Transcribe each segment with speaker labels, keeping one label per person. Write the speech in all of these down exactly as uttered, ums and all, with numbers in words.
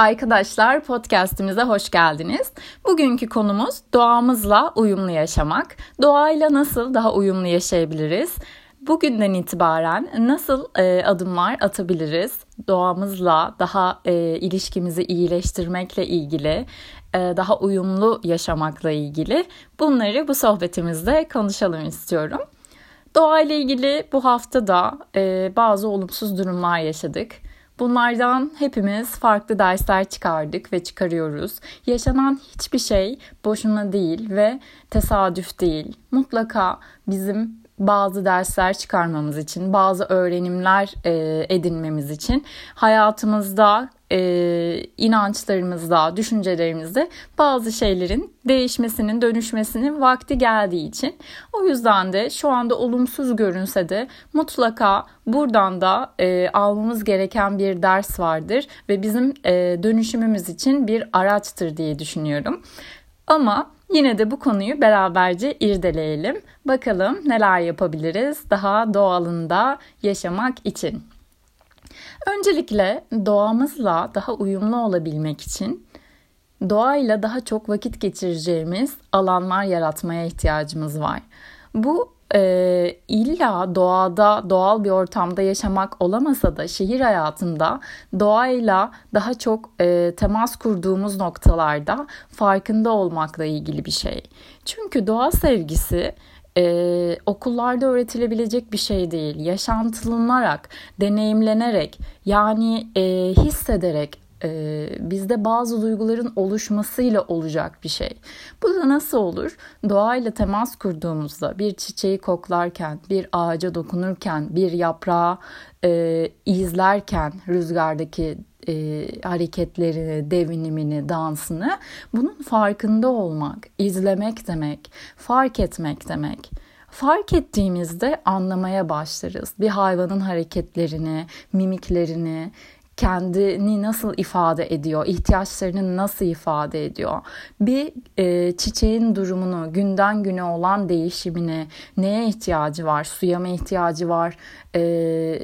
Speaker 1: Arkadaşlar, podcast'imize hoş geldiniz. Bugünkü konumuz doğamızla uyumlu yaşamak. Doğayla nasıl daha uyumlu yaşayabiliriz? Bugünden itibaren nasıl e, adımlar atabiliriz? Doğamızla daha e, ilişkimizi iyileştirmekle ilgili, e, daha uyumlu yaşamakla ilgili bunları bu sohbetimizde konuşalım istiyorum. Doğayla ilgili bu hafta da e, bazı olumsuz durumlar yaşadık. Bunlardan hepimiz farklı dersler çıkardık ve çıkarıyoruz. Yaşanan hiçbir şey boşuna değil ve tesadüf değil. Mutlaka bizim bazı dersler çıkarmamız için, bazı öğrenimler e, edinmemiz için hayatımızda, e, inançlarımızda, düşüncelerimizde bazı şeylerin değişmesinin, dönüşmesinin vakti geldiği için. O yüzden de şu anda olumsuz görünse de mutlaka buradan da e, almamız gereken bir ders vardır ve bizim e, dönüşümümüz için bir araçtır diye düşünüyorum. Ama yine de bu konuyu beraberce irdeleyelim. Bakalım neler yapabiliriz daha doğalında yaşamak için. Öncelikle doğamızla daha uyumlu olabilmek için doğayla daha çok vakit geçireceğimiz alanlar yaratmaya ihtiyacımız var. Bu e, illa doğada, doğal bir ortamda yaşamak olamasa da şehir hayatında doğayla daha çok e, temas kurduğumuz noktalarda farkında olmakla ilgili bir şey. Çünkü doğa sevgisi Ee, okullarda öğretilebilecek bir şey değil. Yaşantılanarak, deneyimlenerek, yani e, hissederek e, bizde bazı duyguların oluşmasıyla olacak bir şey. Bu da nasıl olur? Doğayla temas kurduğumuzda, bir çiçeği koklarken, bir ağaca dokunurken, bir yaprağı e, izlerken, rüzgardaki E, hareketlerini, devinimini, dansını, bunun farkında olmak, izlemek demek, fark etmek demek. Fark ettiğimizde anlamaya başlarız. Bir hayvanın hareketlerini, mimiklerini, kendini nasıl ifade ediyor, ihtiyaçlarını nasıl ifade ediyor, bir e, çiçeğin durumunu, günden güne olan değişimini, neye ihtiyacı var, suya mı ihtiyacı var, e,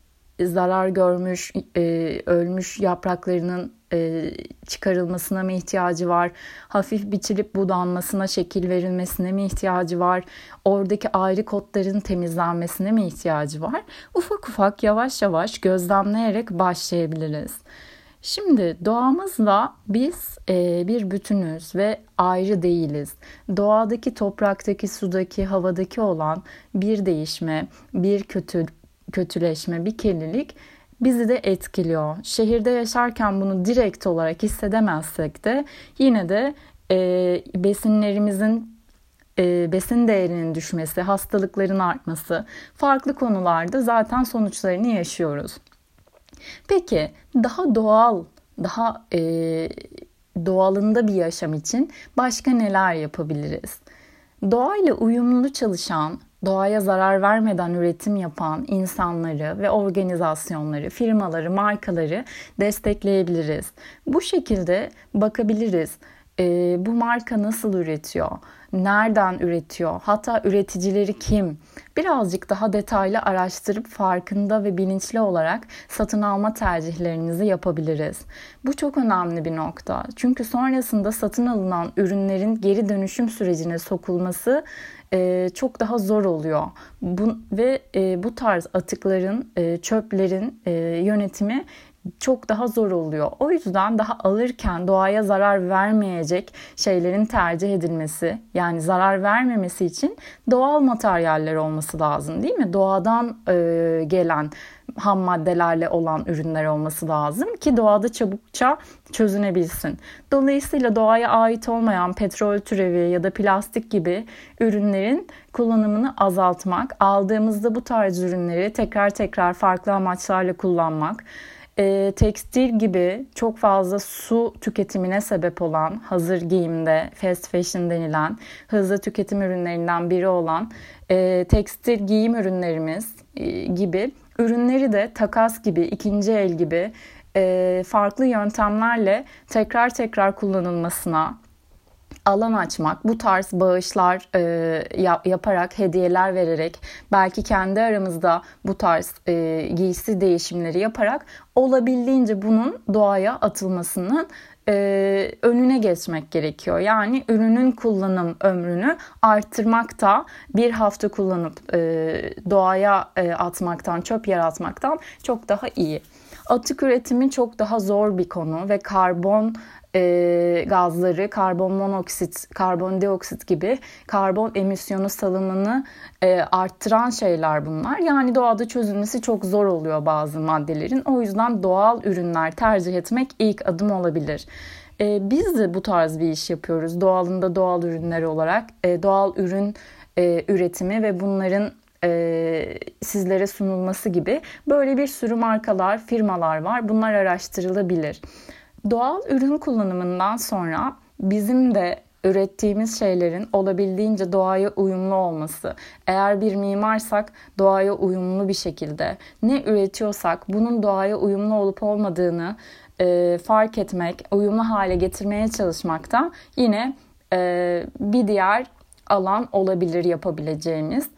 Speaker 1: zarar görmüş, e, ölmüş yapraklarının e, çıkarılmasına mı ihtiyacı var? Hafif biçilip budanmasına, şekil verilmesine mi ihtiyacı var? Oradaki ayrı kotların temizlenmesine mi ihtiyacı var? Ufak ufak, yavaş yavaş gözlemleyerek başlayabiliriz. Şimdi doğamızla biz e, bir bütünüz ve ayrı değiliz. Doğadaki, topraktaki, sudaki, havadaki olan bir değişme, bir kötü kötüleşme, bir kirlilik bizi de etkiliyor. Şehirde yaşarken bunu direkt olarak hissedemezsek de yine de e, besinlerimizin e, besin değerinin düşmesi, hastalıkların artması, farklı konularda zaten sonuçlarını yaşıyoruz. Peki daha doğal, daha e, doğalında bir yaşam için başka neler yapabiliriz? Doğayla uyumlu çalışan, doğaya zarar vermeden üretim yapan insanları ve organizasyonları, firmaları, markaları destekleyebiliriz. Bu şekilde bakabiliriz. E, bu marka nasıl üretiyor? Nereden üretiyor? Hatta üreticileri kim? Birazcık daha detaylı araştırıp farkında ve bilinçli olarak satın alma tercihlerinizi yapabiliriz. Bu çok önemli bir nokta. Çünkü sonrasında satın alınan ürünlerin geri dönüşüm sürecine sokulması e, çok daha zor oluyor. Bu, ve e, bu tarz atıkların, e, çöplerin e, yönetimi çok daha zor oluyor. O yüzden daha alırken doğaya zarar vermeyecek şeylerin tercih edilmesi, yani zarar vermemesi için doğal materyaller olması lazım, değil mi? Doğadan e, gelen ham maddelerle olan ürünler olması lazım ki doğada çabukça çözünebilsin. Dolayısıyla doğaya ait olmayan petrol türevi ya da plastik gibi ürünlerin kullanımını azaltmak, aldığımızda bu tarz ürünleri tekrar tekrar farklı amaçlarla kullanmak, E, tekstil gibi çok fazla su tüketimine sebep olan, hazır giyimde fast fashion denilen hızlı tüketim ürünlerinden biri olan e, tekstil giyim ürünlerimiz e, gibi ürünleri de takas gibi, ikinci el gibi e, farklı yöntemlerle tekrar tekrar kullanılmasına, alan açmak, bu tarz bağışlar e, yap, yaparak, hediyeler vererek, belki kendi aramızda bu tarz e, giysi değişimleri yaparak olabildiğince bunun doğaya atılmasının e, önüne geçmek gerekiyor. Yani ürünün kullanım ömrünü arttırmak da bir hafta kullanıp e, doğaya e, atmaktan, çöp yaratmaktan çok daha iyi. Atık üretimi çok daha zor bir konu ve karbon e, gazları, karbon monoksit, karbondioksit gibi karbon emisyonu salımını e, arttıran şeyler bunlar. Yani doğada çözülmesi çok zor oluyor bazı maddelerin. O yüzden doğal ürünler tercih etmek ilk adım olabilir. E, biz de bu tarz bir iş yapıyoruz. Doğalında doğal ürünler olarak e, doğal ürün e, üretimi ve bunların E, sizlere sunulması gibi böyle bir sürü markalar, firmalar var. Bunlar araştırılabilir. Doğal ürün kullanımından sonra bizim de ürettiğimiz şeylerin olabildiğince doğaya uyumlu olması. Eğer bir mimarsak doğaya uyumlu bir şekilde ne üretiyorsak bunun doğaya uyumlu olup olmadığını e, fark etmek, uyumlu hale getirmeye çalışmak da yine e, bir diğer alan olabilir yapabileceğimiz.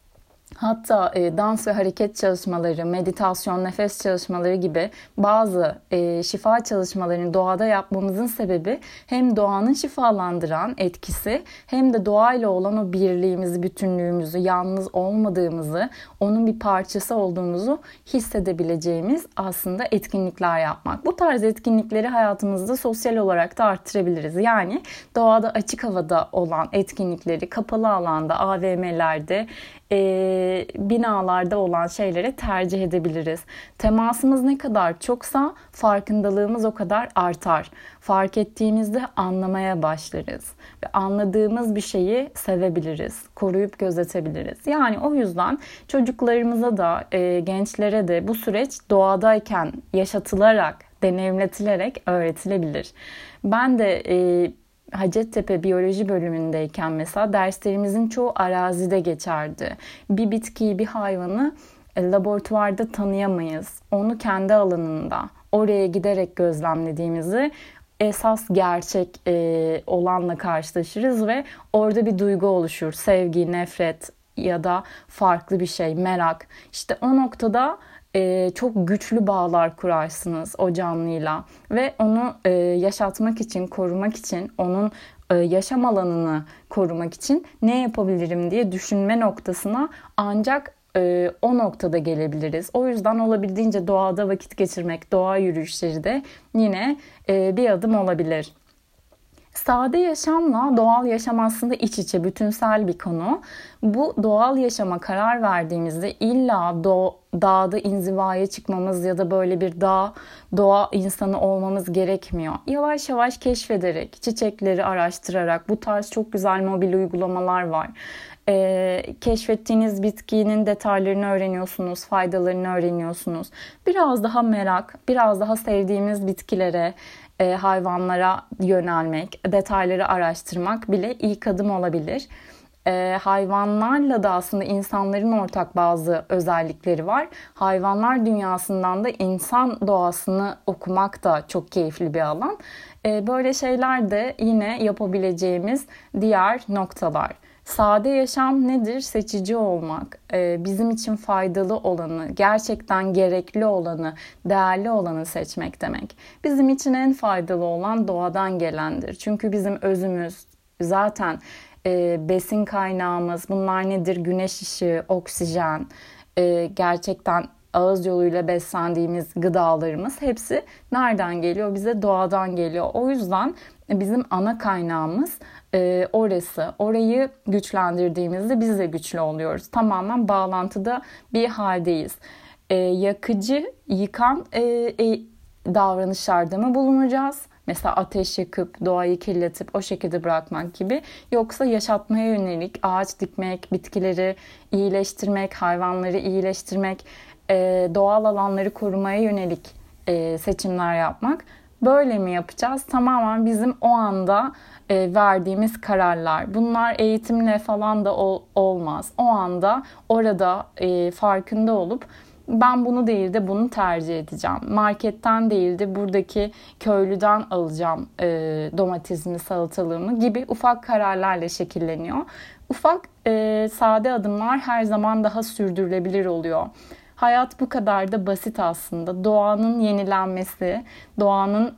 Speaker 1: Hatta e, dans ve hareket çalışmaları, meditasyon, nefes çalışmaları gibi bazı e, şifa çalışmalarını doğada yapmamızın sebebi hem doğanın şifalandıran etkisi hem de doğayla olan o birliğimizi, bütünlüğümüzü, yalnız olmadığımızı, onun bir parçası olduğumuzu hissedebileceğimiz aslında etkinlikler yapmak. Bu tarz etkinlikleri hayatımızda sosyal olarak da arttırabiliriz. Yani doğada açık havada olan etkinlikleri kapalı alanda, A V M'lerde, E, binalarda olan şeylere tercih edebiliriz. Temasımız ne kadar çoksa farkındalığımız o kadar artar. Fark ettiğimizde anlamaya başlarız ve anladığımız bir şeyi sevebiliriz, koruyup gözetebiliriz. Yani o yüzden çocuklarımıza da e, gençlere de bu süreç doğadayken yaşatılarak, deneyimletilerek öğretilebilir. Ben de e, Hacettepe Biyoloji bölümündeyken mesela derslerimizin çoğu arazide geçerdi. Bir bitkiyi, bir hayvanı e, laboratuvarda tanıyamayız. Onu kendi alanında, oraya giderek gözlemlediğimizi esas gerçek e, olanla karşılaşırız ve orada bir duygu oluşur. Sevgi, nefret ya da farklı bir şey, merak. İşte o noktada Ee, çok güçlü bağlar kurarsınız o canlıyla ve onu e, yaşatmak için, korumak için, onun e, yaşam alanını korumak için ne yapabilirim diye düşünme noktasına ancak e, o noktada gelebiliriz. O yüzden olabildiğince doğada vakit geçirmek, doğa yürüyüşleri de yine e, bir adım olabilir. Sade yaşamla doğal yaşam aslında iç içe, bütünsel bir konu. Bu doğal yaşama karar verdiğimizde illa do- dağda inzivaya çıkmamız ya da böyle bir dağ, doğa insanı olmamız gerekmiyor. Yavaş yavaş keşfederek, çiçekleri araştırarak bu tarz çok güzel mobil uygulamalar var. Ee, keşfettiğiniz bitkinin detaylarını öğreniyorsunuz, faydalarını öğreniyorsunuz. Biraz daha merak, biraz daha sevdiğimiz bitkilere, e, hayvanlara yönelmek, detayları araştırmak bile ilk adım olabilir. E, hayvanlarla da aslında insanların ortak bazı özellikleri var. Hayvanlar dünyasından da insan doğasını okumak da çok keyifli bir alan. E, böyle şeyler de yine yapabileceğimiz diğer noktalar. Sade yaşam nedir? Seçici olmak, bizim için faydalı olanı, gerçekten gerekli olanı, değerli olanı seçmek demek. Bizim için en faydalı olan doğadan gelendir. Çünkü bizim özümüz zaten besin kaynağımız, bunlar nedir? Güneş ışığı, oksijen, gerçekten ağız yoluyla beslendiğimiz gıdalarımız hepsi nereden geliyor? Bize doğadan geliyor. O yüzden bizim ana kaynağımız e, orası. Orayı güçlendirdiğimizde biz de güçlü oluyoruz. Tamamen bağlantıda bir haldeyiz. E, yakıcı, yıkan e, e, davranışlarda mı bulunacağız? Mesela ateş yakıp doğayı kirletip o şekilde bırakmak gibi. Yoksa yaşatmaya yönelik ağaç dikmek, bitkileri iyileştirmek, hayvanları iyileştirmek, e, doğal alanları korumaya yönelik e, seçimler yapmak. Böyle mi yapacağız? Tamamen bizim o anda e, verdiğimiz kararlar. Bunlar eğitimle falan da ol, olmaz. O anda orada e, farkında olup ben bunu değil de bunu tercih edeceğim. Marketten değil de buradaki köylüden alacağım e, domatesimi, salatalığımı gibi ufak kararlarla şekilleniyor. Ufak e, sade adımlar her zaman daha sürdürülebilir oluyor. Hayat bu kadar da basit aslında. Doğanın yenilenmesi, doğanın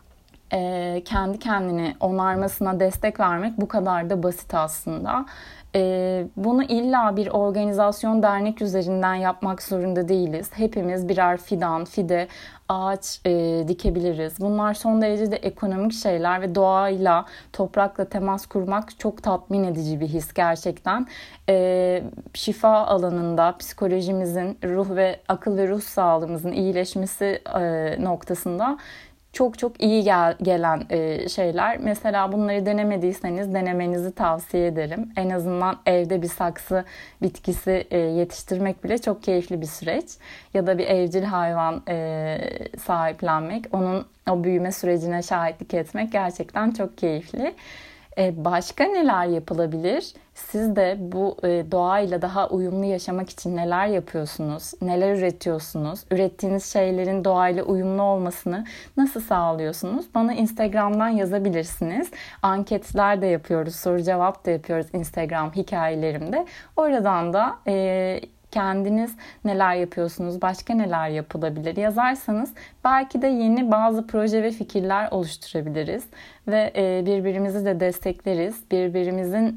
Speaker 1: e, kendi kendini onarmasına destek vermek bu kadar da basit aslında. E, bunu illa bir organizasyon, dernek üzerinden yapmak zorunda değiliz. Hepimiz birer fidan, fide, ağaç e, dikebiliriz. Bunlar son derece de ekonomik şeyler ve doğayla, toprakla temas kurmak çok tatmin edici bir his gerçekten. E, şifa alanında psikolojimizin, ruh ve akıl ve ruh sağlığımızın iyileşmesi e, noktasında çok çok iyi gel- gelen e, şeyler. Mesela bunları denemediyseniz denemenizi tavsiye ederim. En azından evde bir saksı bitkisi e, yetiştirmek bile çok keyifli bir süreç. Ya da bir evcil hayvan e, sahiplenmek, onun o büyüme sürecine şahitlik etmek gerçekten çok keyifli. Başka neler yapılabilir? Siz de bu doğayla daha uyumlu yaşamak için neler yapıyorsunuz? Neler üretiyorsunuz? Ürettiğiniz şeylerin doğayla uyumlu olmasını nasıl sağlıyorsunuz? Bana Instagram'dan yazabilirsiniz. Anketler de yapıyoruz, soru cevap da yapıyoruz Instagram hikayelerimde. Oradan da e, kendiniz neler yapıyorsunuz, başka neler yapılabilir yazarsanız belki de yeni bazı proje ve fikirler oluşturabiliriz ve birbirimizi de destekleriz. Birbirimizin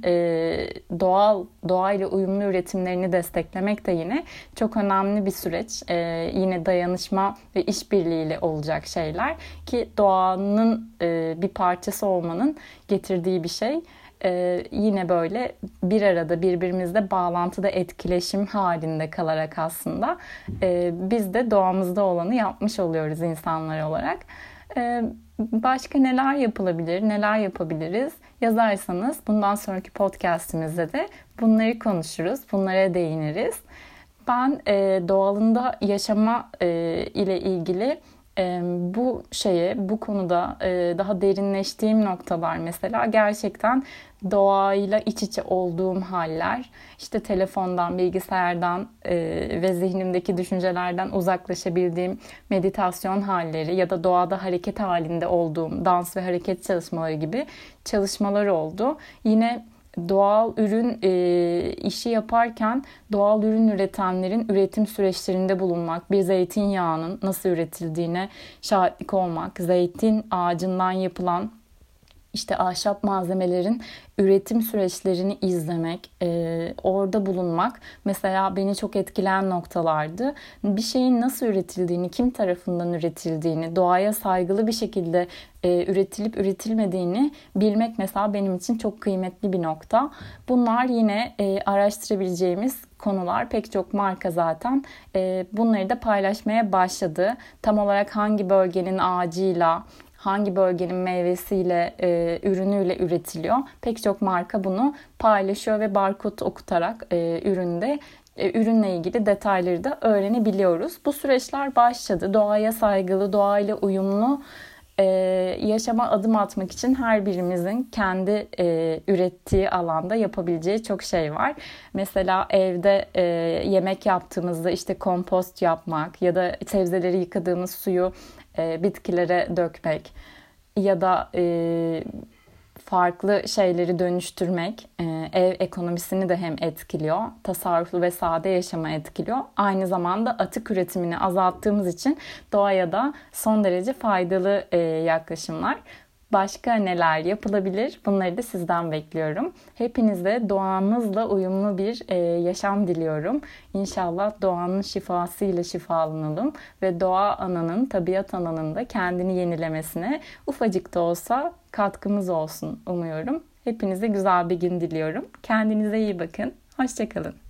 Speaker 1: doğal, doğayla uyumlu üretimlerini desteklemek de yine çok önemli bir süreç. Yine dayanışma ve işbirliğiyle olacak şeyler ki doğanın bir parçası olmanın getirdiği bir şey. Ee, yine böyle bir arada birbirimizle bağlantıda, etkileşim halinde kalarak aslında e, biz de doğamızda olanı yapmış oluyoruz insanlar olarak. Ee, başka neler yapılabilir, neler yapabiliriz yazarsanız bundan sonraki podcastimizde de bunları konuşuruz, bunlara değiniriz. Ben e, doğalında yaşama e, ile ilgili E, bu şeye, bu konuda e, daha derinleştiğim noktalar mesela gerçekten doğayla iç içe olduğum haller, işte telefondan, bilgisayardan e, ve zihnimdeki düşüncelerden uzaklaşabildiğim meditasyon halleri ya da doğada hareket halinde olduğum dans ve hareket çalışmaları gibi çalışmalar oldu. Yine doğal ürün e, işi yaparken doğal ürün üretenlerin üretim süreçlerinde bulunmak, bir zeytinyağının nasıl üretildiğine şahitlik olmak, zeytin ağacından yapılan işte ahşap malzemelerin üretim süreçlerini izlemek, e, orada bulunmak mesela beni çok etkileyen noktalardı. Bir şeyin nasıl üretildiğini, kim tarafından üretildiğini, doğaya saygılı bir şekilde e, üretilip üretilmediğini bilmek mesela benim için çok kıymetli bir nokta. Bunlar yine e, araştırabileceğimiz konular. Pek çok marka zaten e, bunları da paylaşmaya başladı. Tam olarak hangi bölgenin ağacıyla, hangi bölgenin meyvesiyle, e, ürünüyle üretiliyor. Pek çok marka bunu paylaşıyor ve barkod okutarak e, üründe e, ürünle ilgili detayları da öğrenebiliyoruz. Bu süreçler başladı. Doğaya saygılı, doğayla uyumlu e, yaşama adım atmak için her birimizin kendi e, ürettiği alanda yapabileceği çok şey var. Mesela evde e, yemek yaptığımızda işte kompost yapmak ya da sebzeleri yıkadığımız suyu E, bitkilere dökmek ya da e, farklı şeyleri dönüştürmek e, ev ekonomisini de hem etkiliyor, tasarruflu ve sade yaşama etkiliyor. Aynı zamanda atık üretimini azalttığımız için doğaya da son derece faydalı e, yaklaşımlar. Başka neler yapılabilir? Bunları da sizden bekliyorum. Hepinize doğamızla uyumlu bir e, yaşam diliyorum. İnşallah doğanın şifasıyla şifalanalım ve doğa ananın, tabiat ananın da kendini yenilemesine ufacık da olsa katkımız olsun umuyorum. Hepinize güzel bir gün diliyorum. Kendinize iyi bakın. Hoşça kalın.